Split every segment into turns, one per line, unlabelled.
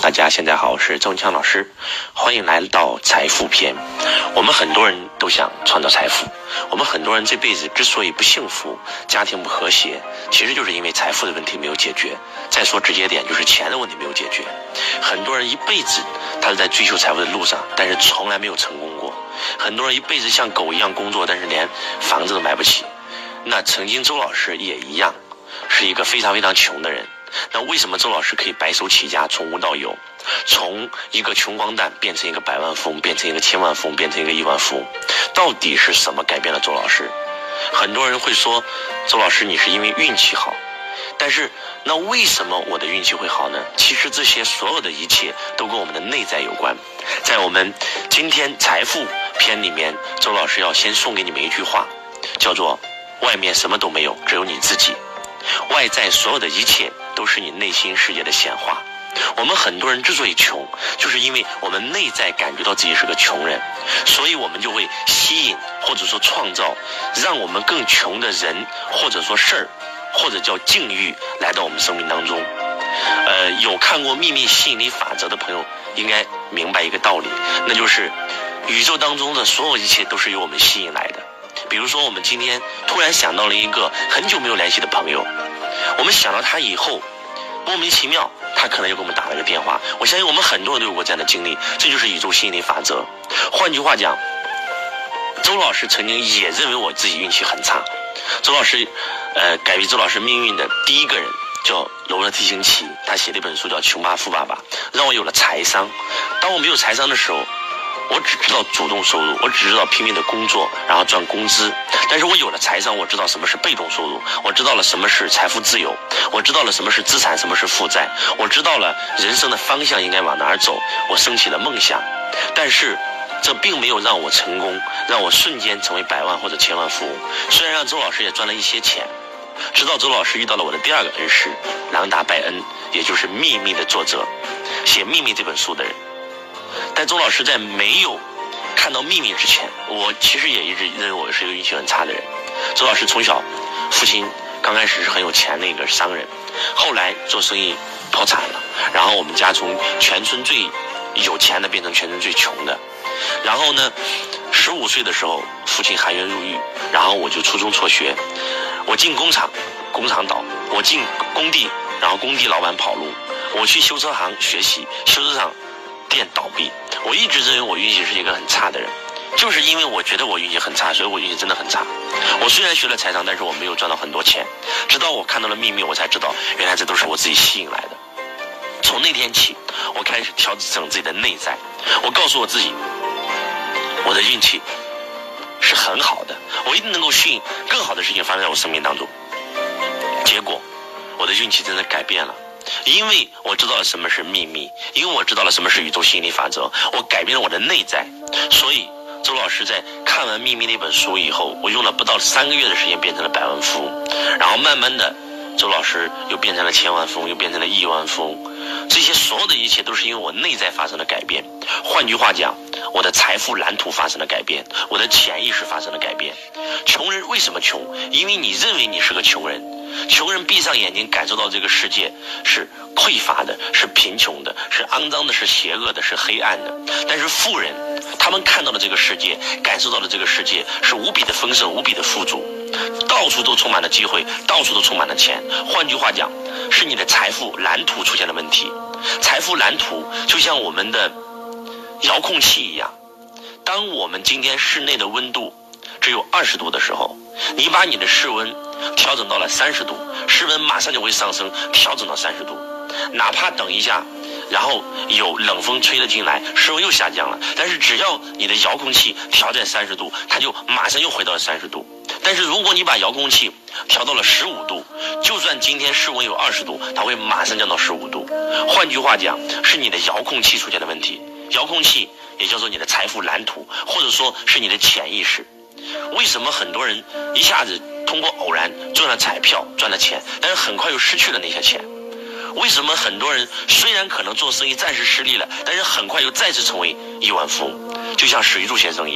大家现在好，我是周文强老师，欢迎来到财富篇。我们很多人都想创造财富，我们很多人这辈子之所以不幸福，家庭不和谐，其实就是因为财富的问题没有解决。再说直接点，就是钱的问题没有解决。很多人一辈子他是在追求财富的路上，但是从来没有成功过。很多人一辈子像狗一样工作，但是连房子都买不起。那曾经周老师也一样，是一个非常非常穷的人。那为什么周老师可以白手起家，从无到有，从一个穷光蛋变成一个百万富翁，变成一个千万富翁，变成一个亿万富翁？到底是什么改变了周老师？很多人会说，周老师你是因为运气好，但是那为什么我的运气会好呢？其实这些所有的一切都跟我们的内在有关。在我们今天财富篇里面，周老师要先送给你们一句话，叫做外面什么都没有，只有你自己。外在所有的一切都是你内心世界的显化。我们很多人之所以穷，就是因为我们内在感觉到自己是个穷人，所以我们就会吸引或者说创造让我们更穷的人，或者说事儿，或者叫境遇来到我们生命当中。有看过秘密吸引力法则的朋友应该明白一个道理，那就是宇宙当中的所有一切都是由我们吸引来的。比如说我们今天突然想到了一个很久没有联系的朋友，我们想到他以后莫名其妙他可能又给我们打了个电话。我相信我们很多人都有过这样的经历，这就是宇宙吸引力法则。换句话讲，周老师曾经也认为我自己运气很差。周老师改变周老师命运的第一个人叫罗伯特 T 星奇，他写了一本书叫《穷爸富爸爸》，让我有了财商。当我没有财商的时候，我只知道主动收入，我只知道拼命的工作，然后赚工资。但是我有了财商，我知道什么是被动收入，我知道了什么是财富自由，我知道了什么是资产，什么是负债，我知道了人生的方向应该往哪儿走，我升起了梦想。但是这并没有让我成功，让我瞬间成为百万或者千万富翁。虽然让周老师也赚了一些钱，直到周老师遇到了我的第二个恩师朗达·拜恩，也就是《秘密》的作者，写《秘密》这本书的人。但周老师在没有看到秘密之前，我其实也一直认为我是一个运气很差的人。周老师从小父亲刚开始是很有钱的一个商人，后来做生意破产了，然后我们家从全村最有钱的变成全村最穷的。然后呢，15岁的时候父亲含冤入狱，然后我就初中辍学，我进工厂，工厂倒；我进工地，然后工地老板跑路；我去修车行学习，修车厂店倒闭。我一直认为我运气是一个很差的人，就是因为我觉得我运气很差，所以我运气真的很差。我虽然学了财商，但是我没有赚到很多钱。直到我看到了秘密，我才知道原来这都是我自己吸引来的。从那天起，我开始调整自己的内在，我告诉我自己，我的运气是很好的，我一定能够吸引更好的事情发生在我生命当中。结果我的运气真的改变了，因为我知道了什么是秘密，因为我知道了什么是宇宙吸引力法则，我改变了我的内在。所以周老师在看完秘密那本书以后，我用了不到3个月的时间变成了百万富翁，然后慢慢的周老师又变成了千万富翁，又变成了亿万富翁。这些所有的一切都是因为我内在发生了改变。换句话讲，我的财富蓝图发生了改变，我的潜意识发生了改变。穷人为什么穷？因为你认为你是个穷人。穷人闭上眼睛感受到这个世界是匮乏的，是贫穷的，是肮脏的，是邪恶的，是黑暗的。但是富人他们看到了这个世界，感受到了这个世界是无比的丰盛，无比的富足，到处都充满了机会，到处都充满了钱。换句话讲，是你的财富蓝图出现了问题。财富蓝图就像我们的遥控器一样，当我们今天室内的温度只有20度的时候，你把你的室温调整到了30度，室温马上就会上升，调整到30度。哪怕等一下，然后有冷风吹了进来，室温又下降了，但是只要你的遥控器调在30度，它就马上又回到了30度。但是如果你把遥控器调到了15度，就算今天室温有20度，它会马上降到15度。换句话讲，是你的遥控器出现了问题。遥控器也叫做你的财富蓝图，或者说是你的潜意识。为什么很多人一下子通过偶然赚了彩票，赚了钱，但是很快又失去了那些钱？为什么很多人虽然可能做生意暂时失利了，但是很快又再次成为亿万富翁？就像史玉柱先生一样，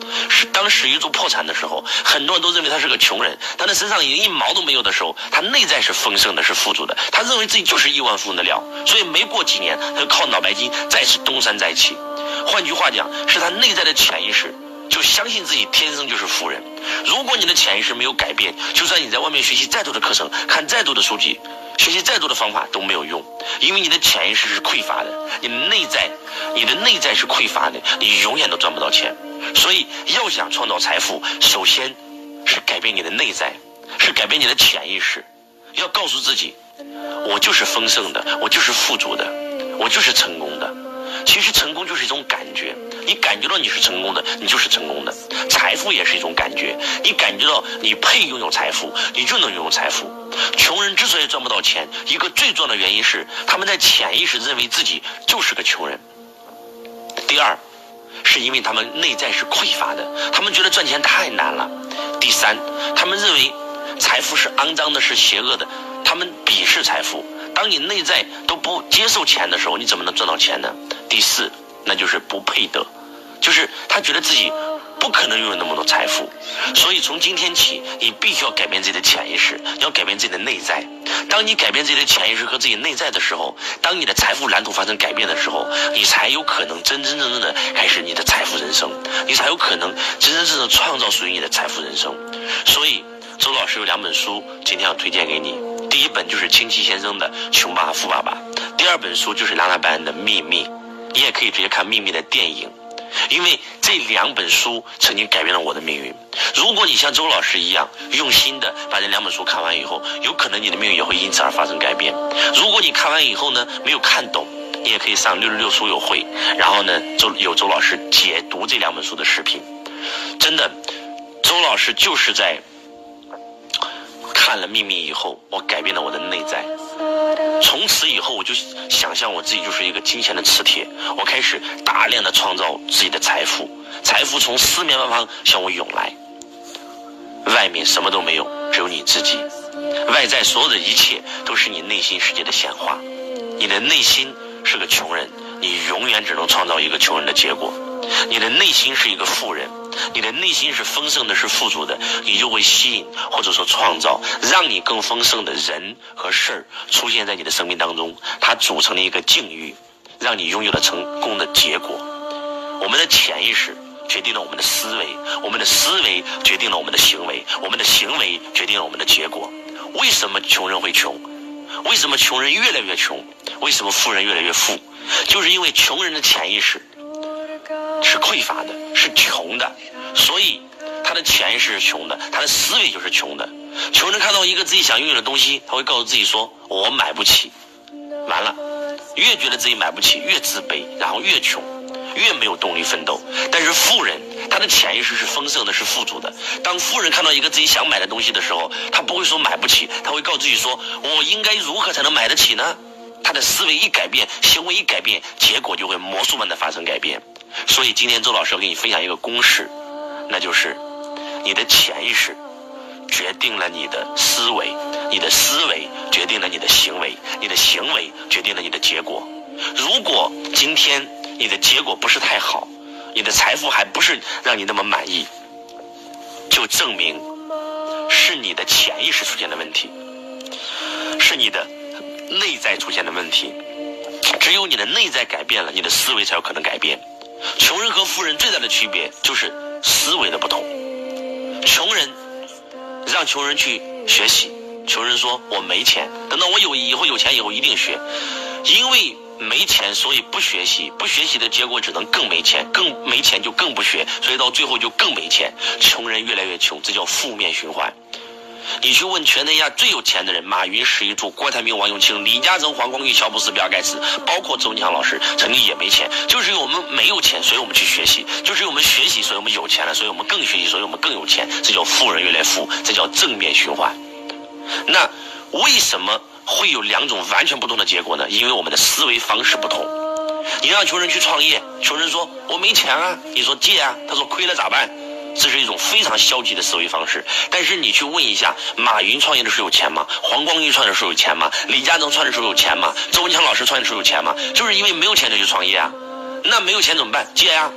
是当史玉柱破产的时候，很多人都认为他是个穷人，但他身上已经一毛都没有的时候，他内在是丰盛的，是富足的，他认为自己就是亿万富翁的料，所以没过几年他就靠脑白金再次东山再起。换句话讲，是他内在的潜意识就相信自己天生就是富人。如果你的潜意识没有改变，就算你在外面学习再多的课程，看再多的书籍，学习再多的方法都没有用，因为你的潜意识是匮乏的，你的内在是匮乏的，你永远都赚不到钱。所以要想创造财富，首先是改变你的内在，是改变你的潜意识，要告诉自己，我就是丰盛的，我就是富足的，我就是成功的。其实成功就是一种感觉，你感觉到你是成功的，你就是成功的。财富也是一种感觉，你感觉到你配拥有财富，你就能拥有财富。穷人之所以赚不到钱，一个最重要的原因是他们在潜意识认为自己就是个穷人。第二，是因为他们内在是匮乏的，他们觉得赚钱太难了。第三，他们认为财富是肮脏的，是邪恶的，他们鄙视财富。当你内在都不接受钱的时候，你怎么能赚到钱呢？第四，那就是不配得，就是他觉得自己不可能拥有那么多财富。所以从今天起，你必须要改变自己的潜意识，你要改变自己的内在。当你改变自己的潜意识和自己内在的时候，当你的财富蓝图发生改变的时候，你才有可能真正的开始你的财富人生，你才有可能真正的创造属于你的财富人生。所以周老师有2本书今天要推荐给你，第一本就是清崎先生的《穷爸爸富爸爸》，第二本书就是拉拉班的《秘密》，你也可以直接看《秘密》的电影，因为这2本书曾经改变了我的命运。如果你像周老师一样用心的把这2本书看完以后，有可能你的命运也会因此而发生改变。如果你看完以后呢没有看懂，你也可以上666书友会，然后呢有周老师解读这2本书的视频。真的，周老师就是在看了《秘密》以后，我改变了我的内在。从此以后，我就想象我自己就是一个金钱的磁铁，我开始大量的创造自己的财富，财富从四面八方向我涌来。外面什么都没有，只有你自己。外在所有的一切都是你内心世界的显化。你的内心是个穷人，你永远只能创造一个穷人的结果。你的内心是一个富人，你的内心是丰盛的，是富足的，你就会吸引或者说创造让你更丰盛的人和事儿出现在你的生命当中，它组成了一个境遇，让你拥有了成功的结果。我们的潜意识决定了我们的思维，我们的思维决定了我们的行为，我们的行为决定了我们的结果。为什么穷人会穷？为什么穷人越来越穷？为什么富人越来越富？就是因为穷人的潜意识是匮乏的，是穷的，所以他的潜意识是穷的，他的思维就是穷的。穷人看到一个自己想拥有的东西，他会告诉自己说我买不起，完了，越觉得自己买不起越自卑，然后越穷，越没有动力奋斗。但是富人他的潜意识是丰盛的，是富足的。当富人看到一个自己想买的东西的时候，他不会说买不起，他会告诉自己说我应该如何才能买得起呢？他的思维一改变，行为一改变，结果就会魔术般的发生改变。所以今天周老师要给你分享一个公式，那就是你的潜意识决定了你的思维，你的思维决定了你的行为，你的行为决定了你的结果。如果今天你的结果不是太好，你的财富还不是让你那么满意，就证明是你的潜意识出现的问题，是你的内在出现的问题。只有你的内在改变了，你的思维才有可能改变。穷人和富人最大的区别就是思维的不同。穷人让穷人去学习，穷人说我没钱，等到我以后有钱以后一定学。因为没钱所以不学习，不学习的结果只能更没钱，更没钱就更不学，所以到最后就更没钱，穷人越来越穷，这叫负面循环。你去问全天下最有钱的人，马云、史玉柱、郭台铭、王永庆、李嘉诚、黄光裕、乔布斯、比尔盖茨，包括周文强老师，曾经也没钱，就是因为我们没有钱，所以我们去学习，就是因为我们学习，所以我们有钱了，所以我们更学习，所以我们更有钱，这叫富人越来越富，这叫正面循环。那为什么会有2种完全不同的结果呢？因为我们的思维方式不同。你让穷人去创业，穷人说我没钱啊，你说借啊，他说亏了咋办？这是一种非常消极的思维方式。但是你去问一下，马云创业的时候有钱吗？黄光裕创业的时候有钱吗？李嘉诚创业的时候有钱吗？周文强老师创业的时候有钱吗？就是因为没有钱就去创业啊。那没有钱怎么办？借啊，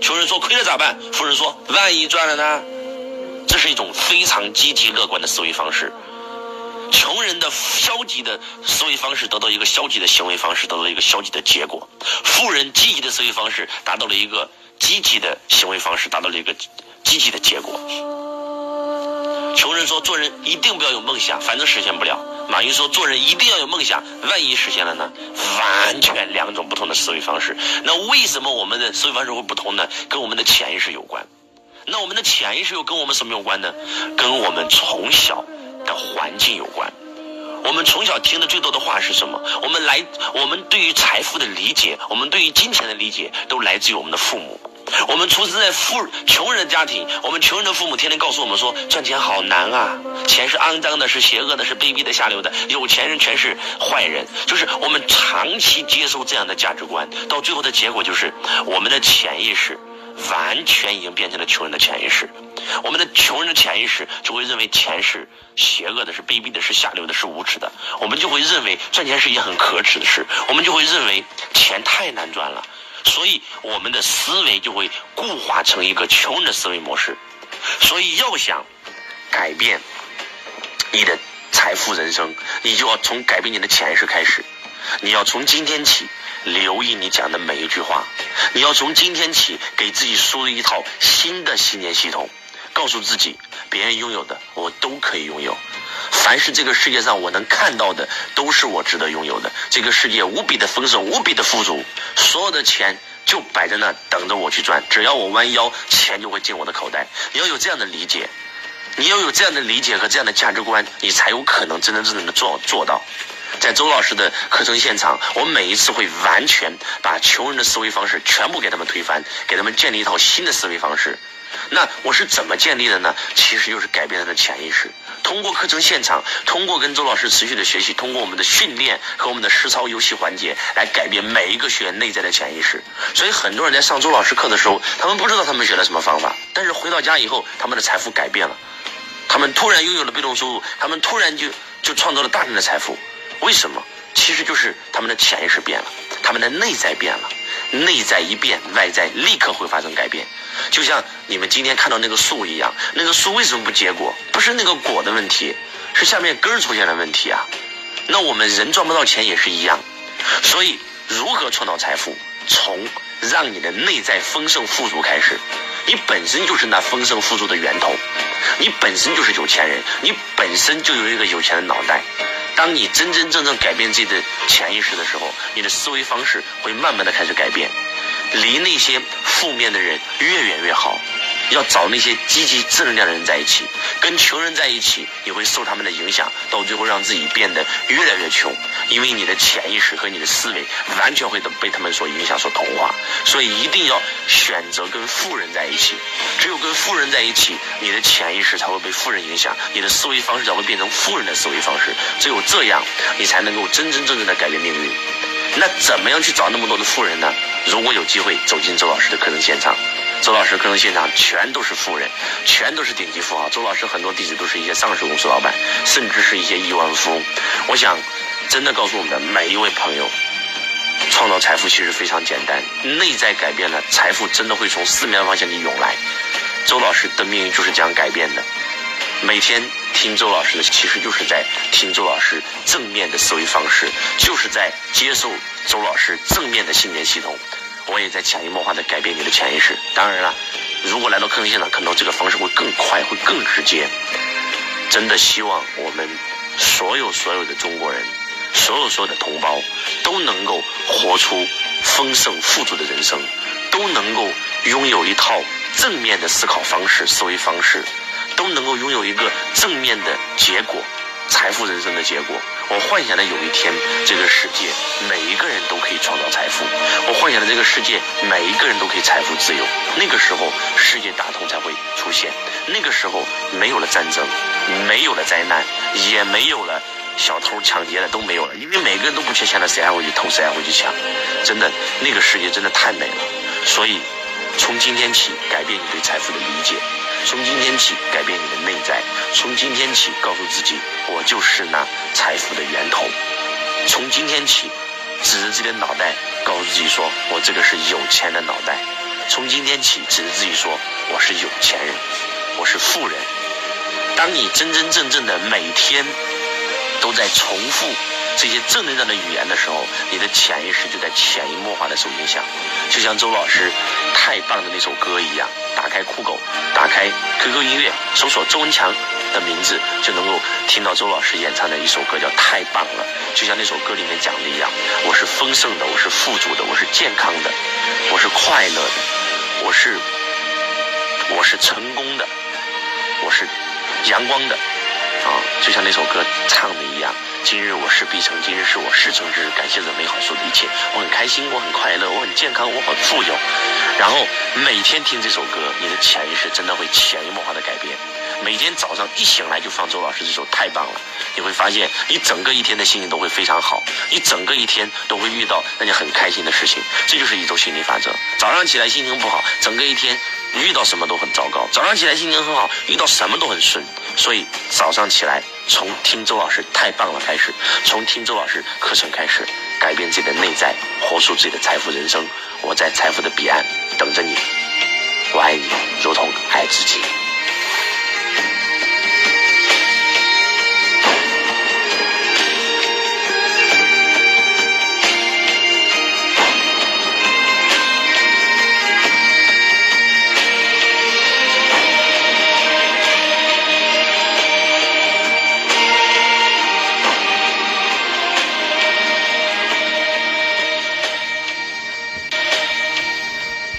穷人说亏了咋办？富人说万一赚了呢？这是一种非常积极乐观的思维方式。穷人的消极的思维方式得到一个消极的行为方式，得到一个消极的结果；富人积极的思维方式达到了一个积极的行为方式，达到了一个积极的结果。穷人说做人一定不要有梦想，反正实现不了。马云说做人一定要有梦想，万一实现了呢？完全两种不同的思维方式。那为什么我们的思维方式会不同呢？跟我们的潜意识有关。那我们的潜意识又跟我们什么有关呢？跟我们从小的环境有关。我们从小听的最多的话是什么？我们对于财富的理解，我们对于金钱的理解，都来自于我们的父母。我们出生在穷人的家庭，我们穷人的父母天天告诉我们说，赚钱好难啊，钱是肮脏的，是邪恶的，是卑鄙的，下流的，有钱人全是坏人。就是我们长期接受这样的价值观，到最后的结果就是我们的潜意识完全已经变成了穷人的潜意识。我们的穷人的潜意识就会认为钱是邪恶的，是卑鄙的，是下流的，是无耻的。我们就会认为赚钱是一件很可耻的事，我们就会认为钱太难赚了，所以我们的思维就会固化成一个穷人的思维模式。所以要想改变你的财富人生，你就要从改变你的潜意识开始。你要从今天起留意你讲的每一句话，你要从今天起给自己输入一套新的信念系统，告诉自己别人拥有的我都可以拥有，凡是这个世界上我能看到的都是我值得拥有的，这个世界无比的丰盛，无比的富足，所有的钱就摆在那等着我去赚，只要我弯腰，钱就会进我的口袋。你要有这样的理解，你要有这样的理解和这样的价值观，你才有可能真正的做到。在周老师的课程现场，我每一次会完全把穷人的思维方式全部给他们推翻，给他们建立一套新的思维方式。那我是怎么建立的呢？其实就是改变他的潜意识，通过课程现场，通过跟周老师持续的学习，通过我们的训练和我们的实操游戏环节，来改变每一个学员内在的潜意识。所以很多人在上周老师课的时候，他们不知道他们学了什么方法，但是回到家以后，他们的财富改变了，他们突然拥有了被动收入，他们突然就创造了大量的财富。为什么？其实就是他们的潜意识变了，他们的内在变了，内在一变，外在立刻会发生改变。就像你们今天看到那个树一样，那个树为什么不结果？不是那个果的问题，是下面根出现了问题啊。那我们人赚不到钱也是一样。所以如何创造财富？从让你的内在丰盛富足开始。你本身就是那丰盛富足的源头，你本身就是有钱人，你本身就有一个有钱的脑袋。当你真正改变自己的潜意识的时候，你的思维方式会慢慢的开始改变，离那些负面的人越远越好。要找那些积极正能量的人在一起，跟穷人在一起，你会受他们的影响，到最后让自己变得越来越穷，因为你的潜意识和你的思维完全会被他们所影响，所同化。所以一定要选择跟富人在一起，只有跟富人在一起，你的潜意识才会被富人影响，你的思维方式才会变成富人的思维方式。只有这样，你才能够真正的改变命运。那怎么样去找那么多的富人呢？如果有机会走进周老师的课程现场，周老师课程现场全都是富人，全都是顶级富豪。周老师很多弟子都是一些上市公司老板，甚至是一些亿万富翁。我想真的告诉我们的每一位朋友，创造财富其实非常简单，内在改变了，财富真的会从四面方向里涌来。周老师的命运就是这样改变的。每天听周老师的，其实就是在听周老师正面的思维方式，就是在接受周老师正面的信念系统。我也在潜移默化的改变你的潜意识。当然了，如果来到课程现场，可能这个方式会更快，会更直接。真的希望我们所有的中国人，所有的同胞都能够活出丰盛富足的人生，都能够拥有一套正面的思考方式、思维方式，都能够拥有一个正面的结果，财富人生的结果。我幻想的有一天，这个世界每一个人都可以创造财富，我幻想的这个世界每一个人都可以财富自由。那个时候世界大同才会出现，那个时候没有了战争，没有了灾难，也没有了小偷抢劫的，都没有了，因为每个人都不缺钱了，谁还会去偷，谁还会去抢？真的，那个世界真的太美了。所以从今天起改变你对财富的理解，从今天起改变你的内在，从今天起告诉自己，我就是那财富的源头。从今天起指着自己的脑袋告诉自己说，我这个是有钱的脑袋。 从今天起指着自己说，我是有钱人，我是富人。当你真真正正的每天都在重复这些正能量的语言的时候，你的潜意识就在潜移默化的受影响。就像周老师太棒的那首歌一样，打开酷狗，打开 QQ 音乐，搜索周文强的名字，就能够听到周老师演唱的一首歌叫太棒了。就像那首歌里面讲的一样，我是丰盛的，我是富足的，我是健康的，我是快乐的，我是成功的，我是阳光的就像那首歌唱的一样，今日我事必成，今日是我事成之日，感谢着美好所有的一切，我很开心，我很快乐，我很健康，我很富有。然后每天听这首歌，你的潜意识真的会潜移默化的改变。每天早上一醒来就放周老师这首太棒了，你会发现你整个一天的心情都会非常好，你整个一天都会遇到让你很开心的事情。这就是宇宙心理法则。早上起来心情不好，整个一天你遇到什么都很糟糕；早上起来心情很好，遇到什么都很顺。所以早上起来从听周老师太棒了开始，从听周老师课程开始，改变自己的内在，活出自己的财富人生。我在财富的彼岸等着你，我爱你如同爱自己。